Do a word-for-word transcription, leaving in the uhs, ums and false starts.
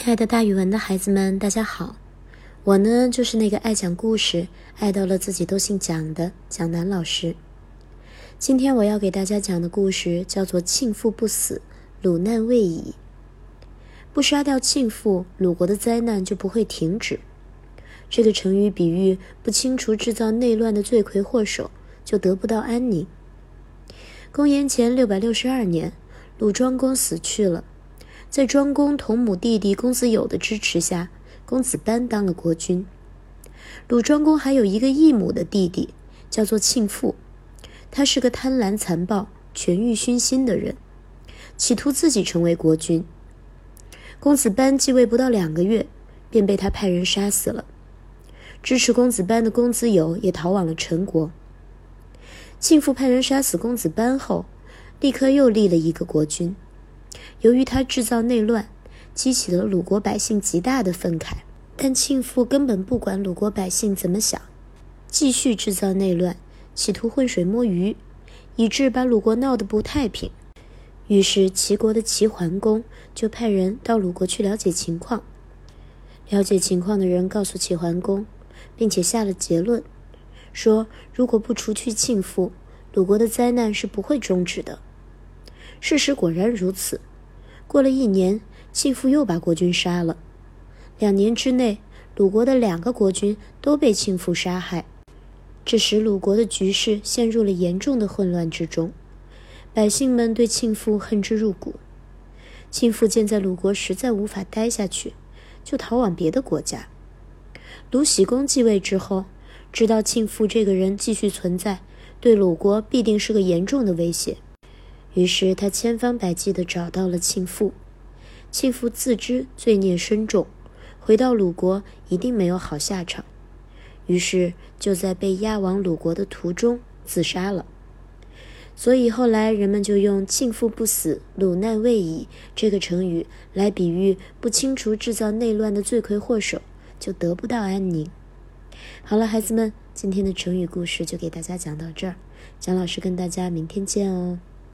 亲爱的大语文的孩子们，大家好。我呢，就是那个爱讲故事，爱到了自己都姓蒋的蒋楠老师。今天我要给大家讲的故事叫做庆父不死，鲁难未已。不杀掉庆父，鲁国的灾难就不会停止。这个成语比喻不清除制造内乱的罪魁祸首，就得不到安宁。公元前六百六十二年，鲁庄公死去了。在庄公同母弟弟公子友的支持下，公子班当了国君。鲁庄公还有一个异母的弟弟，叫做庆父。他是个贪婪残暴、权欲熏心的人，企图自己成为国君。公子班继位不到两个月，便被他派人杀死了。支持公子班的公子友也逃往了陈国。庆父派人杀死公子班后，立刻又立了一个国君。由于他制造内乱，激起了鲁国百姓极大的愤慨，但庆父根本不管鲁国百姓怎么想，继续制造内乱，企图浑水摸鱼，以致把鲁国闹得不太平。于是齐国的齐桓公就派人到鲁国去了解情况。了解情况的人告诉齐桓公，并且下了结论，说如果不除去庆父，鲁国的灾难是不会终止的。事实果然如此。过了一年，庆父又把国君杀了。两年之内，鲁国的两个国君都被庆父杀害，这使鲁国的局势陷入了严重的混乱之中。百姓们对庆父恨之入骨。庆父见在鲁国实在无法待下去，就逃往别的国家。鲁僖公继位之后，知道庆父这个人继续存在，对鲁国必定是个严重的威胁。于是他千方百计地找到了庆父。庆父自知罪孽深重，回到鲁国一定没有好下场，于是就在被押往鲁国的途中自杀了。所以后来人们就用庆父不死，鲁难未已这个成语来比喻不清除制造内乱的罪魁祸首，就得不到安宁。好了，孩子们，今天的成语故事就给大家讲到这儿，蒋老师跟大家明天见哦。